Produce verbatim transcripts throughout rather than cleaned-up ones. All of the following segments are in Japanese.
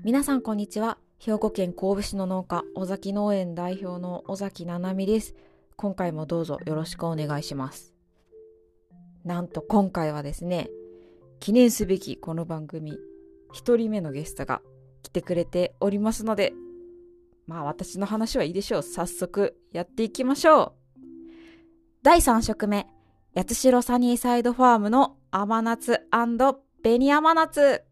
皆さんこんにちは。兵庫県神戸市の農家尾崎農園代表の尾崎七海です。今回もどうぞよろしくお願いします。なんと今回はですね、記念すべきこの番組一人目のゲストが来てくれておりますので、まあ私の話はいいでしょう。早速やっていきましょう。だいさん食目、八代サニーサイドファームの甘夏&紅甘夏。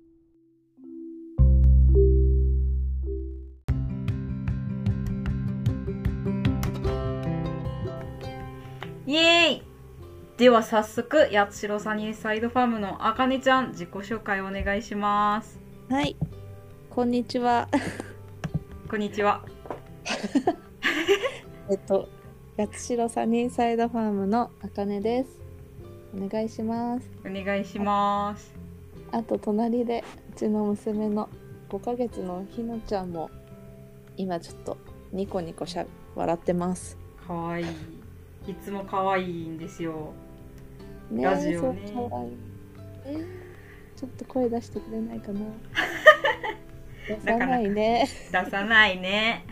イエーイ。では早速八代サニーサイドファームのあかねちゃん、自己紹介お願いします。 はい、こんにちは。 こんにちは。 えっと八代サニーサイドファームのあかねです。お願いします。 お願いします。 あと隣でうちの娘のごかげつのひのちゃんも今ちょっとニコニコしゃ笑ってます。 かわいい。いつもかわいいんですよ。 ね、 ラジオね。 そうかわいい。えー、ちょっと声出してくれないかな。出さないね。 出さないね。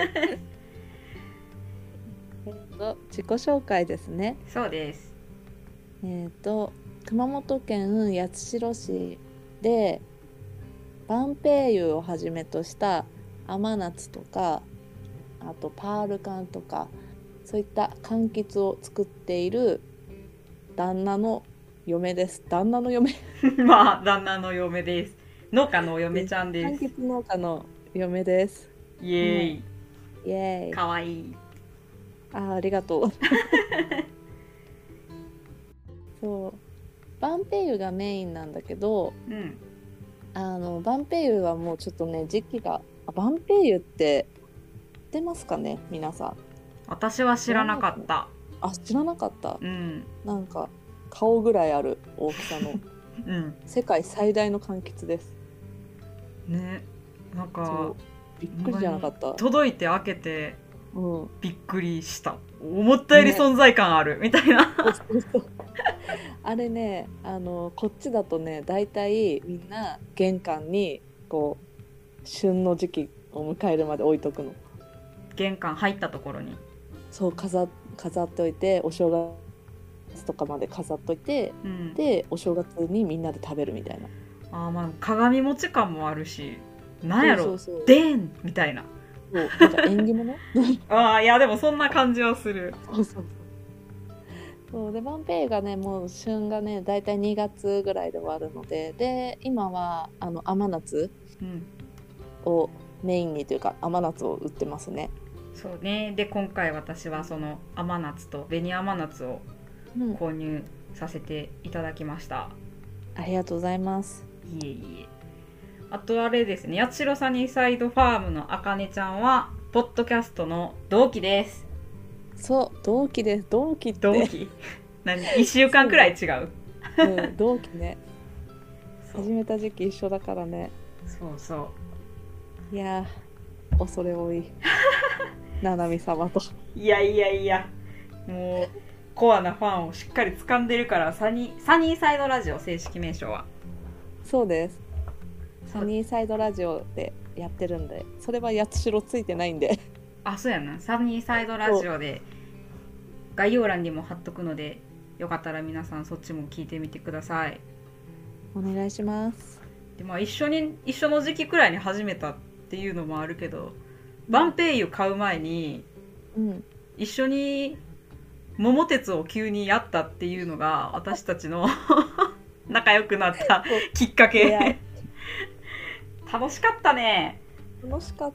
えっと自己紹介ですね。 そうです。 えっと熊本県八代市でバンペイユをはじめとした甘夏とか、あとパール柑とかそういった柑橘を作っている旦那の嫁です。旦那の嫁まあ旦那の嫁です。農家のお嫁ちゃんです。 柑橘農家の嫁です。 イエーイ、 うん、イエーイ。 かわいい。 あ、ありがとう。そうバンペイユがメインなんだけど、 うん、 あのバンペイユはもうちょっとね時期が、バンペイユって知ってますかね皆さん。 私は知らなかった。 あ、知らなかった。 うん、 なんか顔ぐらいある大きさの、 うん、 世界最大の柑橘です。ね、 なんかびっくりじゃなかった。 届いて開けて、 うん、 びっくりした。思ったより存在感ある、ね、みたいな。 あれね、あのこっちだとね、だいたいみんな玄関にこう旬の時期を迎えるまで置いとくの。 玄関入ったところにそう飾飾っておいて、お正月とかまで飾っといて、うん、でお正月にみんなで食べるみたいな。 あー、まあ鏡餅感もあるし、なんやろ、そうそうそう、でんみたいな。 そうなんか縁起物ああ、いやでもそんな感じはする。 そうそうそうそうでバンペイがね、もう旬がねだいたいにがつぐらいで終わるので、で今はあの甘夏をメインにというか、甘夏を売ってますね。 そうね。で今回私はその甘夏と紅甘夏を購入させていただきました、 うん、ありがとうございます。 いえいえ。あとあれですね、八代サニーサイドファームのあかねちゃんはポッドキャストの同期です。 そう、同期です。同期って同期何いっしゅうかんくらい違うう、うん、同期ね。始めた時期一緒だからね。 そうそう。 いやー、恐れ多いななみ様と。 いやいやいや、もうコアなファンをしっかり掴んでるから。サニー、サニーサイドラジオ、正式名称は。 そうです。サニーサイドラジオでやってるんで、それは八代ついてないんで。 あ、そうやな。サニーサイドラジオで概要欄にも貼っとくので、よかったら皆さんそっちも聞いてみてください。 お願いします。 で、まあ、一緒に一緒の時期くらいに始めたっていうのもあるけど、バンペイユ買う前に、うん、一緒に桃鉄を急にやったっていうのが私たちの仲良くなったきっかけ。楽しかったね。 楽しかった。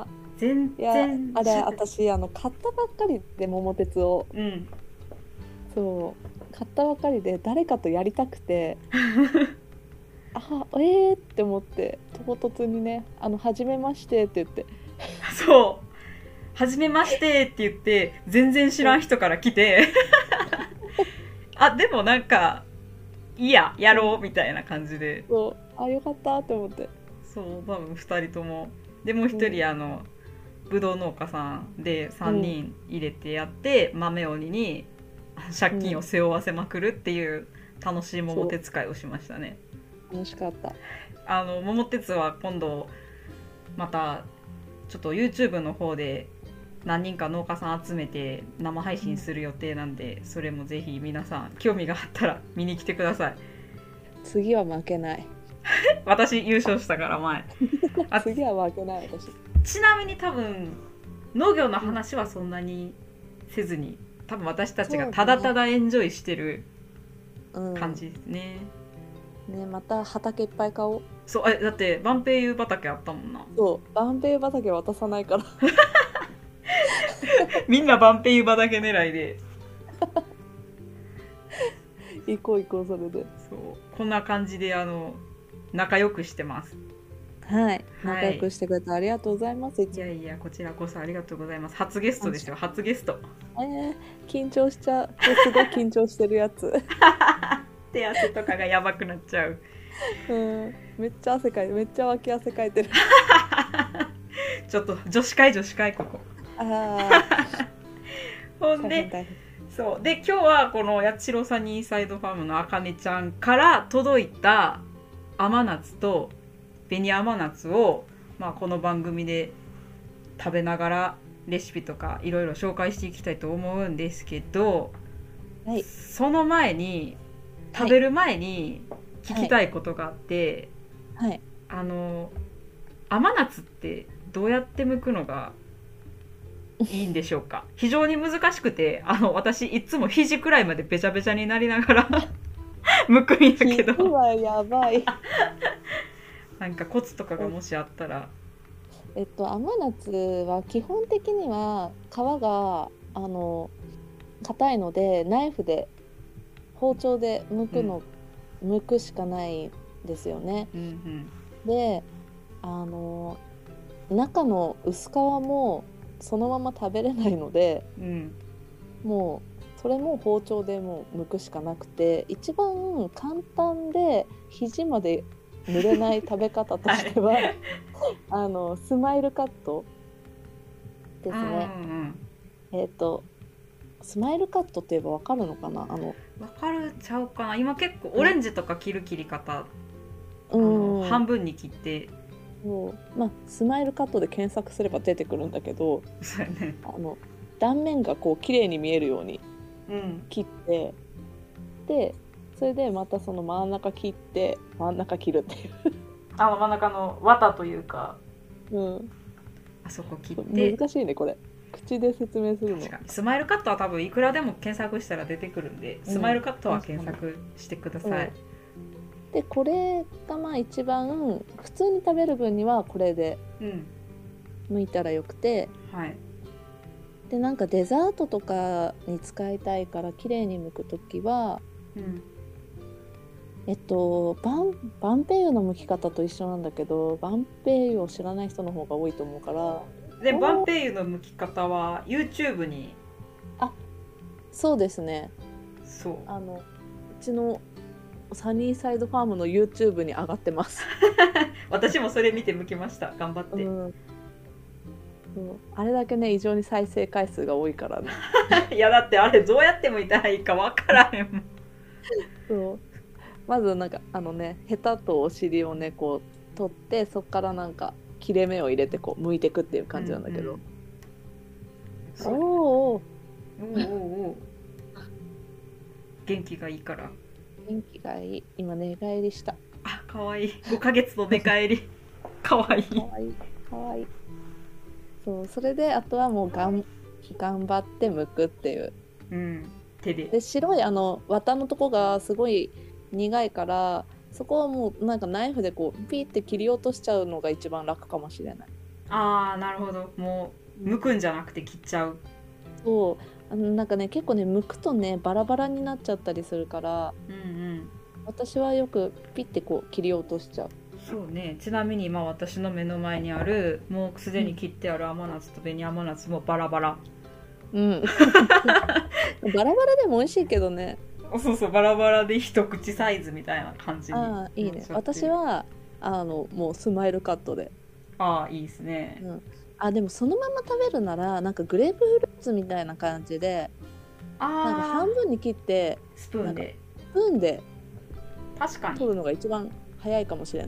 全然。 あれ、私あの買ったばっかりで桃鉄を、うん、そう買ったばっかりで誰かとやりたくてあ、えーって思って、唐突にね、あの初めましてって言ってそう初めましてって言って全然知らん人から来てあ、でもなんかいいや、やろうみたいな感じで、 そう、あ、よかったって思って。そう、 多分ふたりとも。でもうひとり、うん、あのぶどう農家さんでさんにん入れてやって、うん、豆鬼に借金を背負わせまくるっていう楽しい桃鉄会をしましたね。 楽しかった。 あの桃鉄は今度またちょっと YouTube の方で何人か農家さん集めて生配信する予定なんで、それもぜひ皆さん興味があったら見に来てください。 次は負けない私優勝したから前あ次は負けない私。 ちなみに多分農業の話はそんなにせずに、多分私たちがただただエンジョイしてる感じですね。 うん、ね、また畑いっぱい買おう。 そう、えだってバンペイユ畑あったもんな。 そうバンペイユ畑渡さないからみんなバンペイユ畑狙いで行こう行こう。それでそうこんな感じであの仲良くしてます。 はい、 はい、 仲良くしてくれてありがとうございます。いいやいや、こちらこそありがとうございます。初ゲストですよ、初ゲスト。 えー、緊張しちゃう。すごい緊張してるやつ手汗とかがやばくなっちゃううん、めっちゃ汗かいて、めっちゃ脇汗かいてるちょっと女子会女子会ここあほんでそうで今日はこの八代サニーサイドファームのあかねちゃんから届いた甘夏と紅甘夏を、まあ、この番組で食べながらレシピとかいろいろ紹介していきたいと思うんですけど、 はい、 その前に食べる前に聞きたいことがあって、 はいはい、 あの甘夏ってどうやって剥くのがいいんでしょうか非常に難しくて、あの私いつも肘くらいまでべちゃべちゃになりながら剥くんやけど、 肘はやばいなんかコツとかがもしあったら。 えっと甘夏は基本的には皮があの硬いのでナイフで包丁で剥くの、うん、剥くしかないんですよね、 うんうん、 であの中の薄皮もそのまま食べれないので、うん、もうそれも包丁でもう剥くしかなくて、一番簡単で肘まで濡れない食べ方としては、はい、あのスマイルカットですね、うんうん、えっとスマイルカットって言えば分かるのかな、あの分かるちゃうかな。今結構オレンジとか切る切り方、うん、あの半分に切ってそう、まあ、スマイルカットで検索すれば出てくるんだけど、 そうやね、 あの断面がこう綺麗に見えるように切って、うん、でそれでまたその真ん中切って真ん中切るっていうあの真ん中の綿というか、 うん、 あそこ切って難しいねこれ口で説明するの。 確かにスマイルカットは多分いくらでも検索したら出てくるんで、スマイルカットは検索してください、うんうん、でこれがまあ一番普通に食べる分にはこれで剥いたらよくて、うん、はい、でなんかデザートとかに使いたいから綺麗に剥くときは、うん、えっとバン、バンペイユの剥き方と一緒なんだけど、バンペイユを知らない人の方が多いと思うから、 でバンペイユの剥き方は YouTube に、 あ、そうですね、 そう、 あのうちのサニーサイドファームの YouTube に上がってます私もそれ見て剥きました、頑張って、うん、 そうあれだけね異常に再生回数が多いからねいやだってあれどうやって剥いたらいいか分からへんもんそうまずなんかあのねヘタとお尻をねこう取って、そっからなんか切れ目を入れてこう剥いていくっていう感じなんだけど、うんうん、おーおーおーおー元気がいいから、 元気がいい。今寝返りした。 あ、かわいい。ごかげつの寝返りかわいいかわいいかわいい。そう、それであとはもうがん頑張って剥くっていう、 うん、手でで白いあの綿のとこがすごい苦いから、そこはもうなんかナイフでこうピーって切り落としちゃうのが一番楽かもしれない。 あー、なるほど。もう剥くんじゃなくて切っちゃう。 そう、あのなんかね結構ね剥くとねバラバラになっちゃったりするから、うんうん、私はよくピッてこう切り落としちゃう。 そうね。ちなみに今私の目の前にあるもうすでに切ってある甘夏と紅甘夏もバラバラ、 うんバラバラでも美味しいけどね。 そうそう、バラバラで一口サイズみたいな感じに。 ああいいね。私はあのもうスマイルカットで。 ああいいですね、 うん、あでもそのまま食べるならなんかグレープフルーツみたいな感じで、あなんか半分に切ってスプーンでスプーンで確かに取るのが一番早いかもしれない。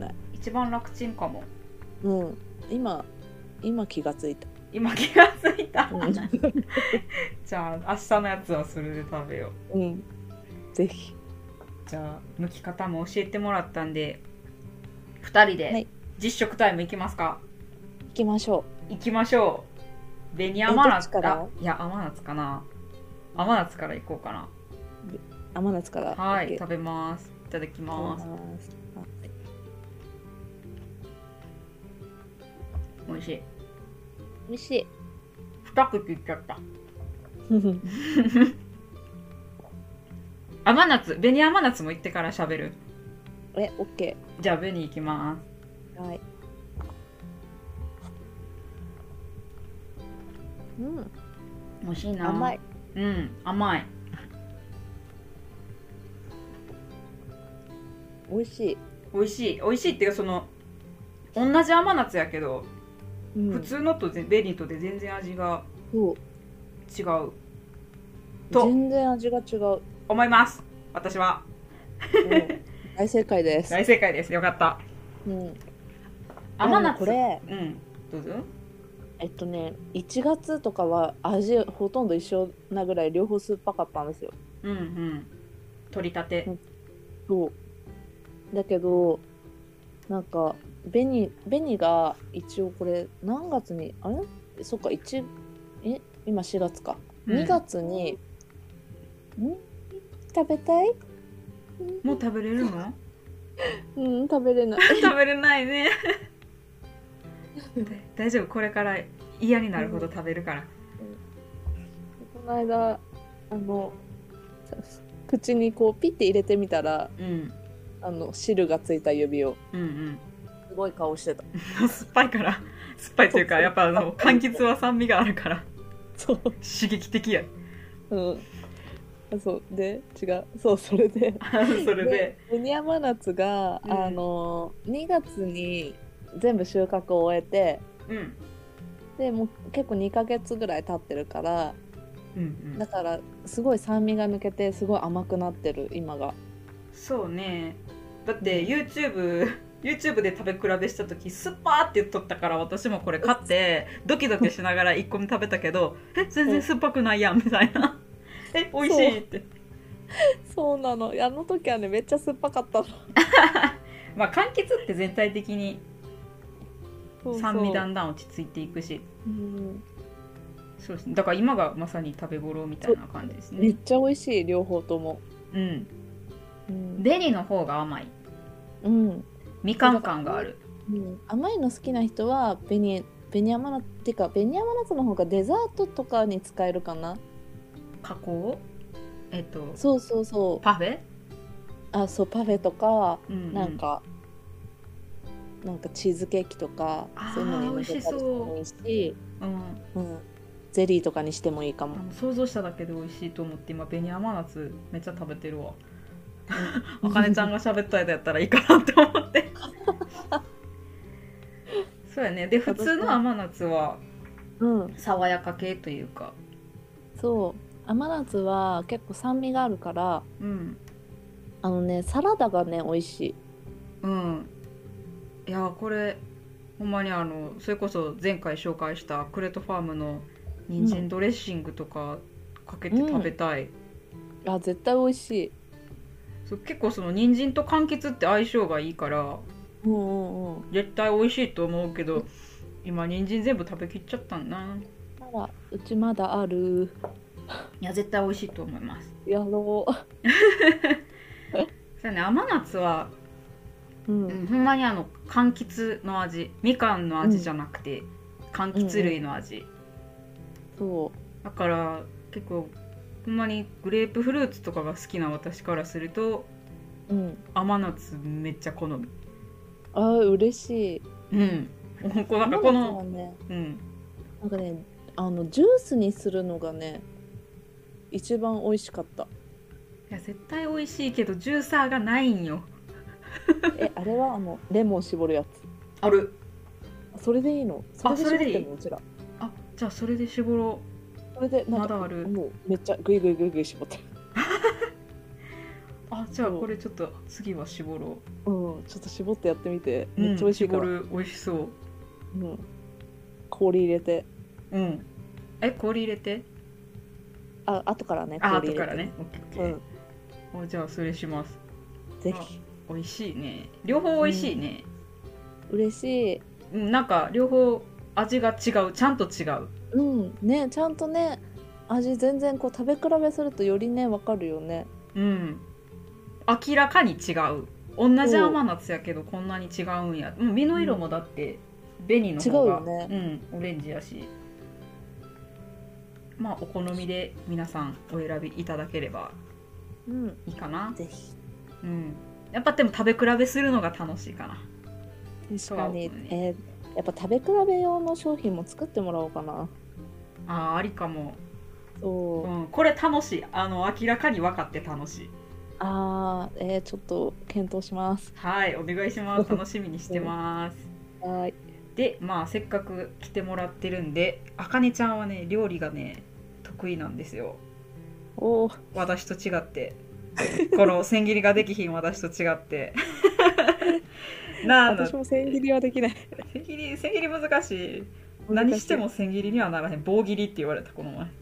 一番楽ちんかも。 うん今今気がついた。 今気がついた、 うんじゃあ明日のやつはそれで食べよう。 うんぜひ。 じゃあ剥き方も教えてもらったんでふたりではい実食タイムいきますか。 行きましょいきましょう。紅甘えどっ夏ちからあいや甘夏かな。甘夏からいこうかな。 う。甘夏から。 はい、 OK 食べます。いただきます。美味しい。 美味しい。 二口いっちゃった。甘夏、紅甘夏も言ってから喋る。 え、オッケじゃあ紅いきまー。はい。うん、 す。美味しいな。 甘い。 うん、甘い。 美味しい。 美味しい。美味しいっていうかその同じ甘夏やけど、 うん、 普通のとぜ紅とで全然味がそう違うと全然味が違う。 思います。私は。 うん大正解です。 大正解です。よかった。 うん、 甘夏。 これ、 うん。どうぞ。 えっとね、いちがつとかは味ほとんど一緒なぐらい両方酸っぱかったんですよ。 うんうん。取りたて。 うんそうだけどなんか紅紅が一応これ何月にあれそっかいちえ今しがつか、 うんにがつにん食べたいもう食べれるの？ うん食べれない食べれないね。大丈夫。これから嫌になるほど食べるから。 この間あの口にこうピッて入れてみたらうんあの汁がついた指をうんうん。 すごい顔してた。 酸っぱいから。酸っぱいというかやっぱあの柑橘は酸味があるからそう刺激的や。 うんあそうで違うそうそれでそれで。 紅甘夏が、 うんあのにがつに全部収穫を終えてうんでもう結構にかげつぐらい経ってるからうんうん。 だからすごい酸味が抜けてすごい甘くなってる今が。 そうね。だって YouTube YouTube で食べ比べした時酸っぱーって言っとったから私もこれ買ってドキドキしながらいっこめ食べたけどえ全然酸っぱくないやんみたいな。え美味しいって。 そうなのあの時はねめっちゃ酸っぱかったの。 まあ柑橘って全体的にそうそう酸味だんだん落ち着いていくし、 うんそうですね。だから今がまさに食べ頃みたいな感じですめっね。 ちゃ美味しい両方とも。 うん。 うん、 紅の方が甘い。 うんみかん感がある。 うん、甘いの好きな人は紅紅甘夏っていうか紅甘夏の方がデザートとかに使えるかな。 加工？えっとそうそうそうパフェ？ あそうパフェとか、 うんうん、 なんかなんかチーズケーキとかあーそういうのに乗せたりしてもいいし、 うん、 うん、ゼリーとかにしてもいいかもあ。の想像しただけで美味しいと思って今紅甘夏めっちゃ食べてるわ。あかねちゃんが喋ったやったらいいかなって思ってそうやね。で普通の甘夏はうん、 爽やか系というか、 そう甘夏は結構酸味があるからうんあのねサラダがね美味しい。 うんいやこれほんまにあのそれこそ前回紹介したクレートファームの人参ドレッシングとかかけて食べたい、 あ絶対美味しい。 そう結構その人参と柑橘って相性がいいからうんうんうん絶対美味しいと思うけど今人参全部食べきっちゃったんだな。 あらうちまだある。 いや絶対美味しいと思います。 やろそうやね。甘夏は、 う、うんうん、ほんまにあの柑橘の味みかんの味じゃなくて、柑橘類の味、 そだから結構ほんまにグレープフルーツとかが好きな私からするとう、うん、 甘夏めっちゃ好み。 あー嬉しい。 うんこうなんかこ甘夏はの、 ねうん、 なんかねあのジュースにするのがね一番美味しかった。 いや絶対美味しいけどジューサーがないんよ。 えあれはあのレモン絞るやつ。 ある。 それでいいの？それで絞ってそれでいいんのうちら。 あじゃあそれで絞ろそれでなんかまだあるもうめっちゃグイグイグイグイ絞ってる。 う。あじゃあこれちょっと次は絞ろう。うん、ちょっと絞ってやってみて。 う。 めっちゃ美味しいから。 うん、絞る美味しそう。 うん。氷入れて。 うん。え、氷入れて。 あ、後からね。 あ、 氷入れて。 後からね。オッケーオッケー。うん。じゃあそれします。 ぜひ。 美味しいね。両方美味しいね。 うん、嬉しい。 うん、なんか両方味が違う。ちゃんと違う。 うんね、ちゃんとね、味全然こう食べ比べするとよりねわかるよね。 うん。明らかに違う。同じ甘夏やけどこんなに違うんや。うん、実の色もだって紅の方が、 違うよね。 うん、オレンジやし。まあお好みで皆さんお選びいただければいいかな。 うん、ぜひ。 うん。やっぱでも食べ比べするのが楽しいかな。 確かに、ね、えー、やっぱ食べ比べ用の商品も作ってもらおうかな。 あー、ありかも。 そう、 うん、これ楽しい。あの明らかに分かって楽しい。 あー、えー、ちょっと検討します。 はい、お願いします。楽しみにしてます。 うん、はい。 で、まあせっかく来てもらってるんで、あかねちゃんはね料理がね得意なんですよ。 お私と違ってこの千切りができひん私と違ってなん私も千切りはできない。 千切り千切り難しい。何しても千切りにはならへん。棒切りって言われたこの前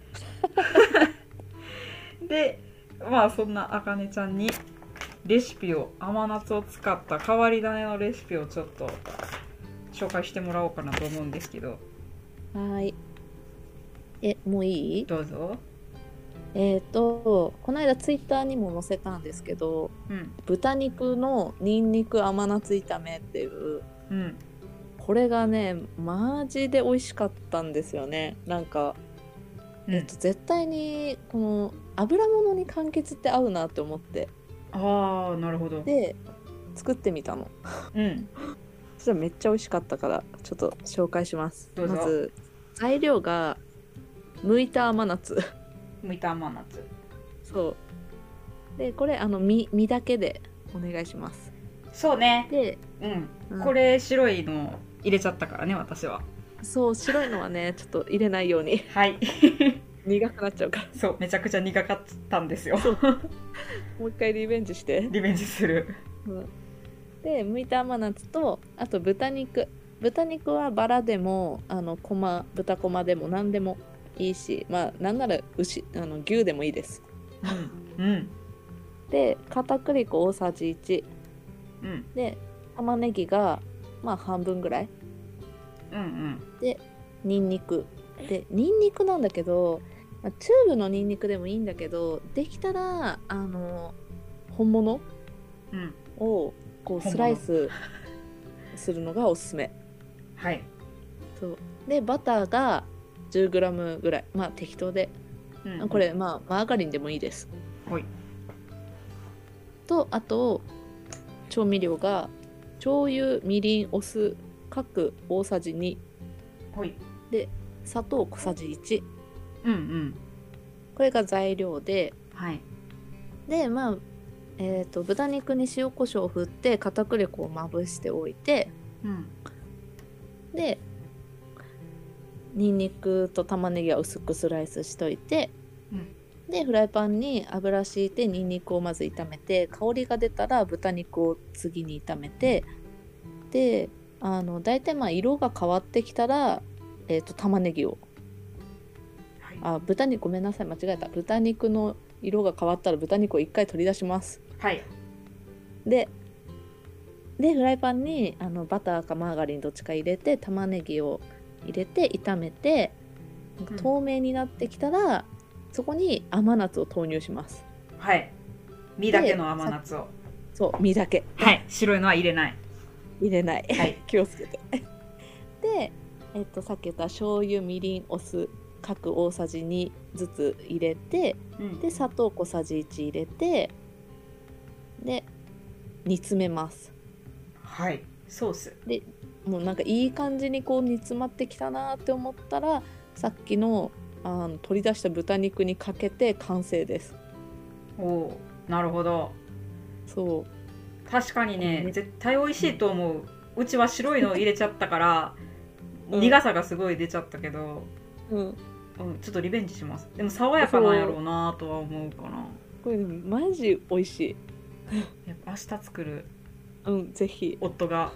で、まあそんなあかねちゃんにレシピを、甘夏を使った変わり種のレシピをちょっと紹介してもらおうかなと思うんですけど。 はい。え、もういい？ どうぞ。 えっとこの間ツイッターにも載せたんですけど、うん、豚肉のニンニク甘夏炒めっていう、うん、これがねマジで美味しかったんですよね。なんか、うん、えっと、絶対にこの油物に柑橘って合うなって思って、 ああなるほど。 で作ってみたの。うんそしたらめっちゃ美味しかったからちょっと紹介します。まず材料が剥いた甘夏剥いた甘夏。 そうでこれあの 身, 身だけでお願いします。 そうね。 で、 うん、うん、これ白いの入れちゃったからね私は。 そう白いのはねちょっと入れないようにはい苦くなっちゃうから。 そうめちゃくちゃ苦かったんですよもう一回リベンジしてリベンジする、 うん、で剥いた甘夏とあと豚肉豚肉はバラでもあのこま豚こまでも何でもいいし、まあなんなら牛あの牛でもいいです。うん、うん、で片栗粉大さじいち、うん、で玉ねぎがまあ半分ぐらい、うんうん、でニンニクでニンニクなんだけど、まあ、チューブのニンニクでもいいんだけどできたらあの本物、うん、をこうスライスするのがおすすめ。はい。そうでバターがじゅうグラム ぐらい、まあ適当で、うん、これまあマーガリンでもいいです。はい。とあと調味料が醤油、みりん、お酢各大さじに、はい、で砂糖小さじいち、うんうん、これが材料で、はい、でまあえーと豚肉に塩コショウを振って片栗粉をまぶしておいて、うん、でニンニクと玉ねぎは薄くスライスしといて、うん、でフライパンに油敷いてニンニクをまず炒めて香りが出たら豚肉を次に炒めてであのだいたいまあ色が変わってきたら、えーと玉ねぎを、はい、あ豚肉ごめんなさい間違えた豚肉の色が変わったら豚肉を一回取り出します。はい。ででフライパンにあのバターかマーガリンどっちか入れて玉ねぎを入れて炒めて透明になってきたら、うん、そこに甘夏を投入します。はい。実だけの甘夏を。そう実だけ。はい。白いのは入れない。入れない。はい。気をつけて。で、えっとさっき言った醤油、みりん、お酢各大さじにずつ入れて、うん、で砂糖小さじいち入れてで煮詰めます。はい。ソースでもうなんかいい感じにこう煮詰まってきたなって思ったらさっきの、あの取り出した豚肉にかけて完成です。おお、なるほど。そう確かにね、うん、絶対美味しいと思う。うちは白いのを入れちゃったから、うん、苦さがすごい出ちゃったけど、うんうん、ちょっとリベンジします。でも爽やかなんやろうなとは思うかな。これマジ美味しい。 やっぱ明日作るうんぜひ。 夫が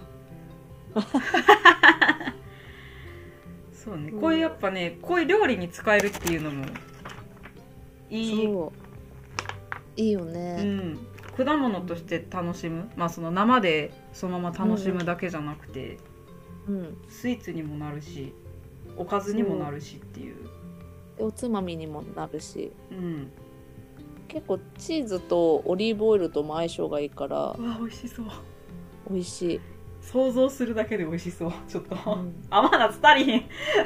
そうね、 うんこういうやっぱねこういう料理に使えるっていうのもいい。 そういいようね。 ん、果物として楽しむ、まあその生でそのまま楽しむだけじゃなくて、 うん。 スイーツにもなるしおかずにもなるしっていう。 でおつまみにもなるし、 うん結構チーズとオリーブオイルとも相性がいいからうわ美味しそう。 美味しい。 想像するだけで美味しそう。ちょっと、 うん、 甘夏足りへん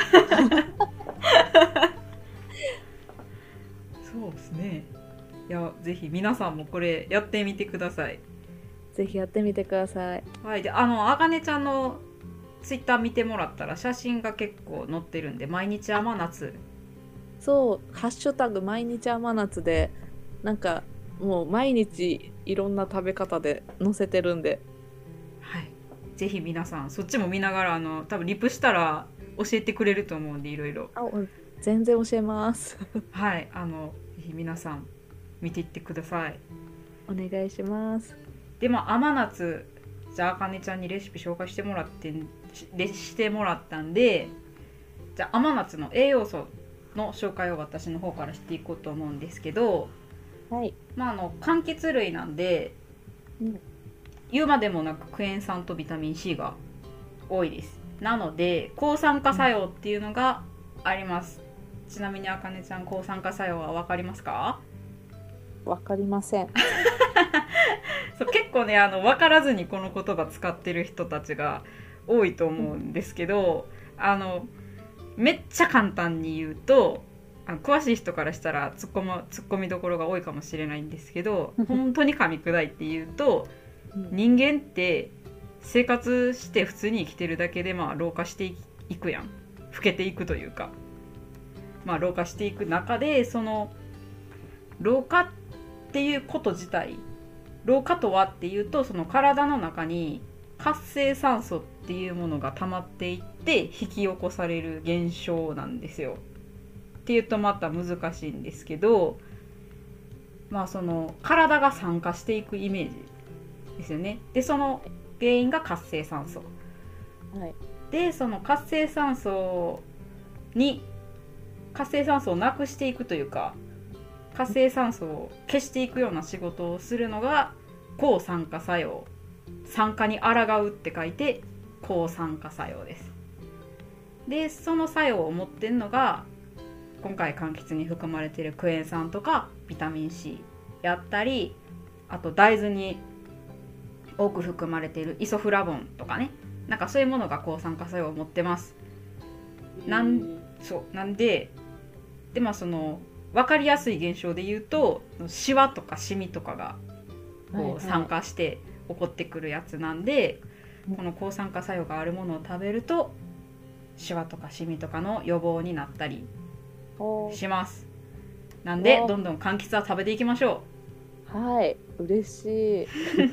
そうですね。いやぜひ皆さんもこれやってみてください。 ぜひやってみてください。 はい、であのあかねちゃんのツイッター見てもらったら写真が結構載ってるんで、毎日甘夏。 そうハッシュタグ毎日甘夏でなんかもう毎日いろんな食べ方で載せてるんで、 はい、ぜひ皆さんそっちも見ながらあの多分リプしたら教えてくれると思うんでいろいろ。 あ全然教えますはいあのぜひ皆さん見ていってください。 お願いします。 でも甘夏じゃああかねちゃんにレシピ紹介してもらってししてもらったんで、じゃあ甘夏の栄養素の紹介を私の方からしていこうと思うんですけど、 はい、 まああの柑橘類なんで、 うん、 言うまでもなくクエン酸とビタミン C が多いです。なので抗酸化作用っていうのがあります。うん、ちなみにあかねちゃん抗酸化作用は分かりますか？ わかりませんそう結構ねあの分からずにこの言葉使ってる人たちが多いと思うんですけど、あのめっちゃ簡単に言うと、あの詳しい人からしたら突っ込む突っ込みどころが多いかもしれないんですけど本当に噛み砕いて言うと、人間って生活して普通に生きてるだけでまあ老化していくやん。老けていくというか、まあ老化していく中でその老化っていうこと自体、老化とはっていうとその体の中に活性酸素っていうものが溜まっていって引き起こされる現象なんですよ。っていうとまた難しいんですけど、まあその体が酸化していくイメージですよね。でその原因が活性酸素、 はい、 でその活性酸素に活性酸素をなくしていくというか活性酸素を消していくような仕事をするのが抗酸化作用。酸化に抗うって書いて抗酸化作用です。でその作用を持ってるのが今回柑橘に含まれているクエン酸とかビタミン C やったり、あと大豆に多く含まれているイソフラボンとかね、なんかそういうものが抗酸化作用を持ってます。なんそうなんででまあその分かりやすい現象で言うとシワとかシミとかがこう酸化して起こってくるやつなんで、はいはい、この抗酸化作用があるものを食べるとシワとかシミとかの予防になったりします。なんでどんどん柑橘は食べていきましょう。はい嬉しいい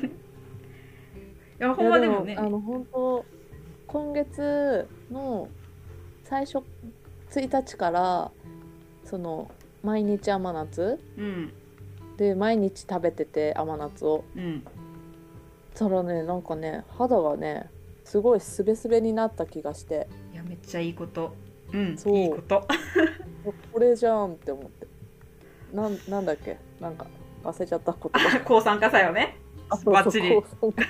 やほんまでもね、 あの本当今月の最初ついたちからその毎日甘夏、うん、で毎日食べてて甘夏を、うん、たらねなんかね肌がねすごいスベスベになった気がして、 いやめっちゃいいこと、うん、そういいことこれじゃんって思って、なん、なんだっけなんか忘れちゃったこと抗酸化作用ね、バッチリ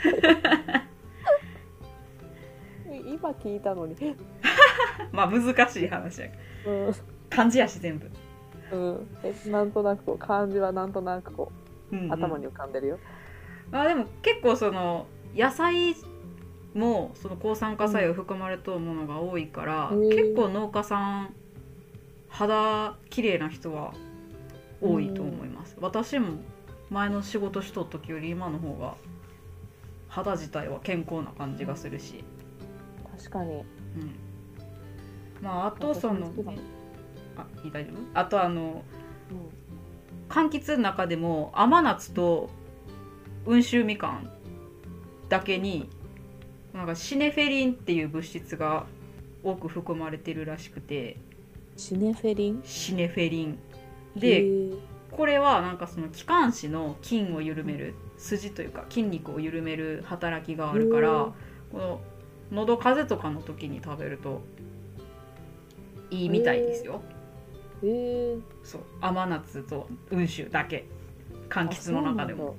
今聞いたのにまあ難しい話や、うん、漢字やし全部、 うん、えなんとなくこう漢字はなんとなくこう、うんうん、頭に浮かんでるよ。 まあでも結構その野菜もその抗酸化作用含まれとるものが多いから、うん、結構農家さん肌綺麗な人は多いと思います、うん、私も前の仕事しとった時より今の方が肌自体は健康な感じがするし、 確かに、うん、 まああとその、ね、あいい大丈夫？あとあの、うん、柑橘の中でも甘夏と温州みかんだけになんかシネフェリンっていう物質が多く含まれてるらしくて、 シネフェリン？ シネフェリンでこれはなんかその気管支の筋を緩める筋というか筋肉を緩める働きがあるから、この喉風邪とかの時に食べるといいみたいですよ。 へえ。 そう、甘夏と温酒だけ柑橘の中でも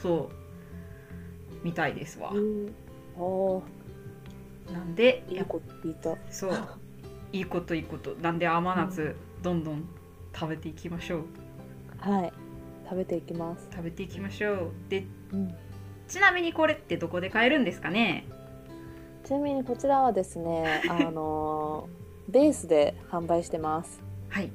そうみたいですわ。 へーああ、 なんでいいこと聞いた。 そういいこといいことなんで甘夏どんどん食べていきましょう。 はい、食べていきます。 食べていきましょう。で、 うん、 ちなみにこれってどこで買えるんですかね？ ちなみにこちらはですね、あのーベースで販売してます。 はい、 はい。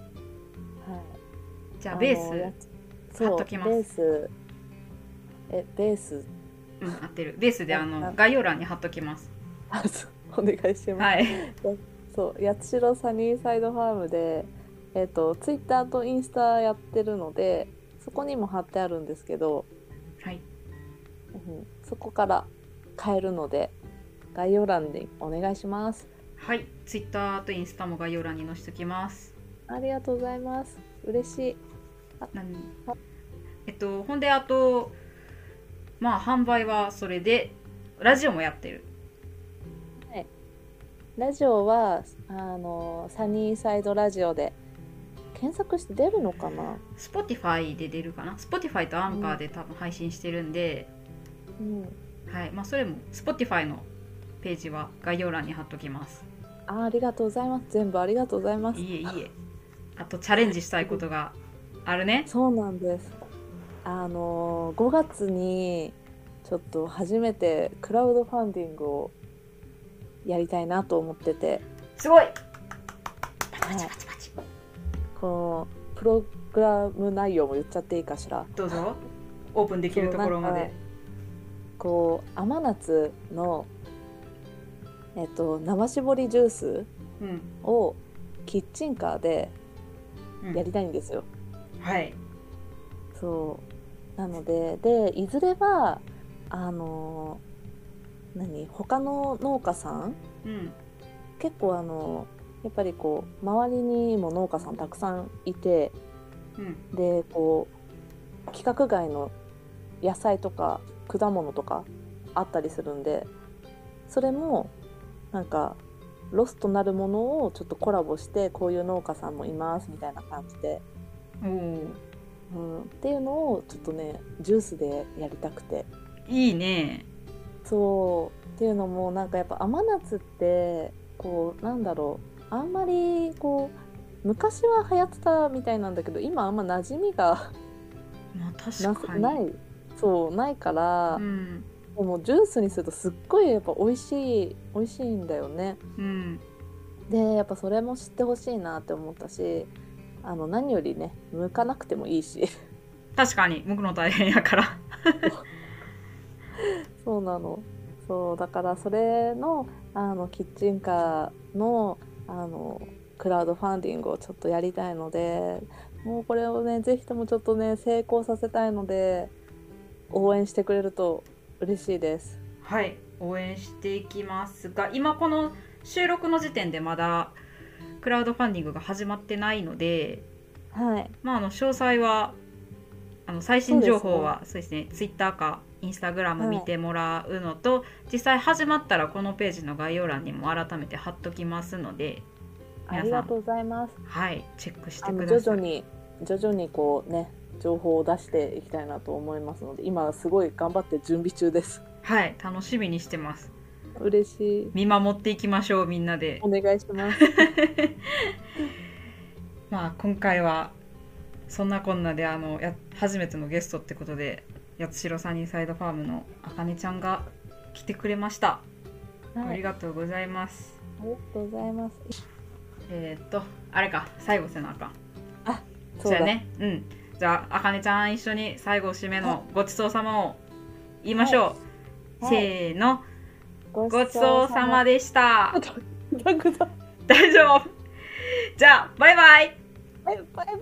じゃあベーあのやスつそう貼っときます。 ベースえベースうん、合ってる。ベースでああの概要欄に貼っときます。 あそうお願いします。 はい。 そう八代サニーサイドファームで、えっとツイッターとインスタやってるので、そこにも貼ってあるんですけど、 はい。 うん、そこから買えるので概要欄でお願いします。 はい。ツイッターとインスタも概要欄に載せときます。 ありがとうございます。嬉しい。 なんあえっとほんであとまあ販売はそれでラジオもやってる。 ラジオはあのサニーサイドラジオで検索して出るのかな。 Spotify で出るかな。Spotify とアンカーで多分配信してるんで、 うん、 はい。まあそれも Spotify のページは概要欄に貼っときます。 あありがとうございます。全部ありがとうございます。 いえいえ。あとチャレンジしたいことがあるね。 そうなんです。あのごがつにちょっと初めてクラウドファンディングをやりたいなと思ってて、 すごい。 パチパチパチ。このプログラム内容も言っちゃっていいかしら。 どうぞ。オープンできるところまで。 こう甘夏のえっと生搾りジュースうん。 をキッチンカーでうんやりたいんですよ。 はい。 そうなのででいずれはあの何他の農家さんうん。 結構あのやっぱりこう周りにも農家さんたくさんいて、 うん。 でこう規格外の野菜とか果物とかあったりするんで、それもなんかロスとなるものをちょっとコラボしてこういう農家さんもいますみたいな感じで、 おお。 うん、っていうのをちょっとねジュースでやりたくて。 いいね。 そうっていうのもなんかやっぱ甘夏ってこうなんだろう、あんまりこう昔は流行ってたみたいなんだけど今あんま馴染みがまあな確かに。 ないそうないから、 うん。 でもジュースにするとすっごいやっぱ美味しい美味しいんだよね。 うん。 でやっぱそれも知ってほしいなって思ったし、あの何よりね剥かなくてもいいし確かに剥くの大変やから。 そうなの。そうだからそれのあのキッチンカーのあのクラウドファンディングをちょっとやりたいので、もうこれをねぜひともちょっとね成功させたいので応援してくれると嬉しいです。 はい。応援していきますが、今この収録の時点でまだクラウドファンディングが始まってないので、 はい。 まああの詳細はあの最新情報はそうですね、ツイッターかインスタグラム見てもらうのと、はい、実際始まったらこのページの概要欄にも改めて貼っときますので、 ありがとうございます。 はいチェックしてあのください。 徐々に徐々にこうね情報を出していきたいなと思いますので、今すごい頑張って準備中です。 はい楽しみにしてます。 嬉しい。 見守っていきましょう、みんなで。 お願いしますまあ今回はそんなこんなであのや初めてのゲストってことで八代サニーサイドファームのあかねちゃんが来てくれました、はい、ありがとうございます。 ありがとうございます。 えー、っとあれか最後せなあかん。 あそうだね。うんじゃああかねちゃん一緒に最後締めのごちそうさまを言いましょう、はい、せーの、はい、ごちそうさまでした。大丈夫。じゃあバイバイ。 バイバイバイ。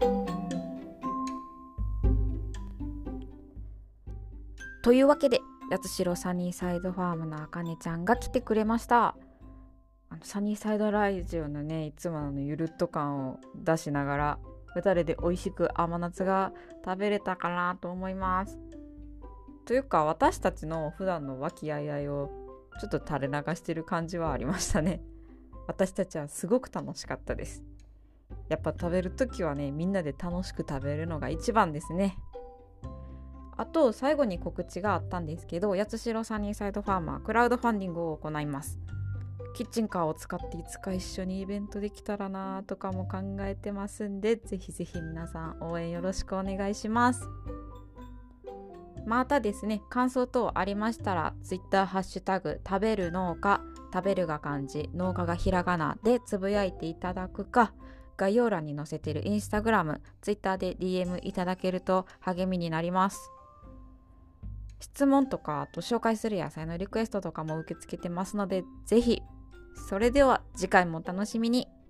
というわけで八代サニーサイドファームのあかねちゃんが来てくれました。あのサニーサイドラジオのねいつものゆるっと感を出しながらふたりで美味しく甘夏が食べれたかなと思います。というか私たちの普段の和気あいあいをちょっと垂れ流してる感じはありましたね。私たちはすごく楽しかったです。やっぱ食べるときはねみんなで楽しく食べるのが一番ですね。あと最後に告知があったんですけど、八代サニーサイドファームはクラウドファンディングを行います。キッチンカーを使っていつか一緒にイベントできたらなとかも考えてますんで、ぜひぜひ皆さん応援よろしくお願いします。またですね、感想等ありましたらツイッターハッシュタグ食べる農家、食べるが漢字、農家がひらがなでつぶやいていただくか、概要欄に載せているインスタグラム、ツイッターで ディーエム いただけると励みになります。質問とかあと紹介する野菜のリクエストとかも受け付けてますので、ぜひ。それでは次回もお楽しみに。